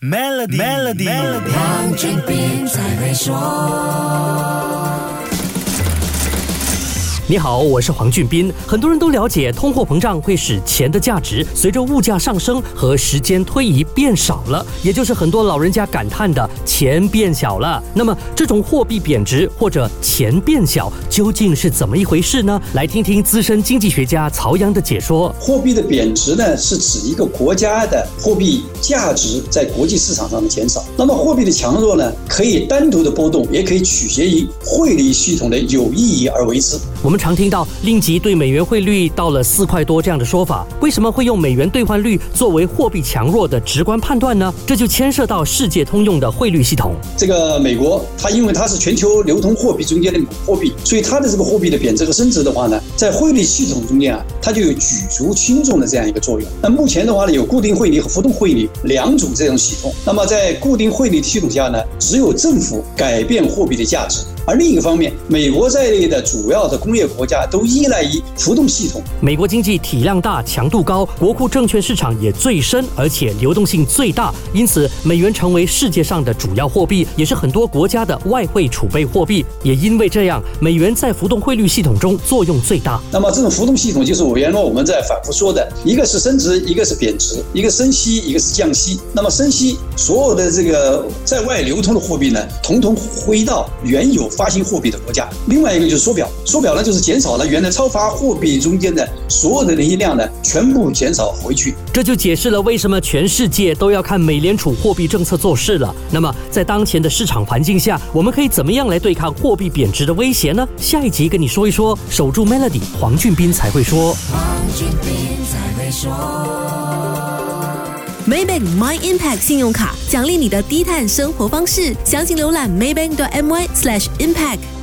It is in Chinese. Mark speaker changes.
Speaker 1: Melody，
Speaker 2: 黄俊斌才会说。
Speaker 3: 你好，我是黄俊斌。很多人都了解，通货膨胀会使钱的价值随着物价上升和时间推移变少了，也就是很多老人家感叹的钱变小了。那么，这种货币贬值或者钱变小究竟是怎么一回事呢？来听听资深经济学家曹阳的解说。
Speaker 4: 货币的贬值呢，是指一个国家的货币价值在国际市场上的减少。那么，货币的强弱呢，可以单独的波动，也可以取决于汇率系统的有意义而为之。
Speaker 3: 我们常听到令吉对美元汇率到了4块多这样的说法，为什么会用美元兑换率作为货币强弱的直观判断呢？这就牵涉到世界通用的汇率系统。
Speaker 4: 这个美国，因为它是全球流通货币中间的母货币，所以它的这个货币的贬值和升值的话呢，在汇率系统中间它就有举足轻重的这样一个作用。那目前的话呢，有固定汇率和浮动汇率两种这种系统。那么在固定汇率的系统下呢，只有政府改变货币的价值。而另一个方面，美国在内的主要的工业国家都依赖于浮动系统。
Speaker 3: 美国经济体量大、强度高，国库证券市场也最深，而且流动性最大，因此美元成为世界上的主要货币，也是很多国家的外汇储备货币。也因为这样，美元在浮动汇率系统中作用最大。
Speaker 4: 那么这种浮动系统就是原来我们在反复说的，一个是升值，一个是贬值，一个升息，一个是降息。那么升息，所有的这个在外流通的货币呢，统统回到原有发行货币的国家。另外一个就是缩表，缩表呢就是减少了原来超发货币中间的所有的那些量呢，全部减少回去。
Speaker 3: 这就解释了为什么全世界都要看美联储货币政策做事了。那么在当前的市场环境下，我们可以怎么样来对抗货币贬值的威胁呢？下一集跟你说一说，守住 Melody， 黄俊斌才会说。
Speaker 2: 黄俊斌才会说。
Speaker 5: Maybank My Impact 信用卡奖励你的低碳生活方式，详情浏览 maybank.my/impact。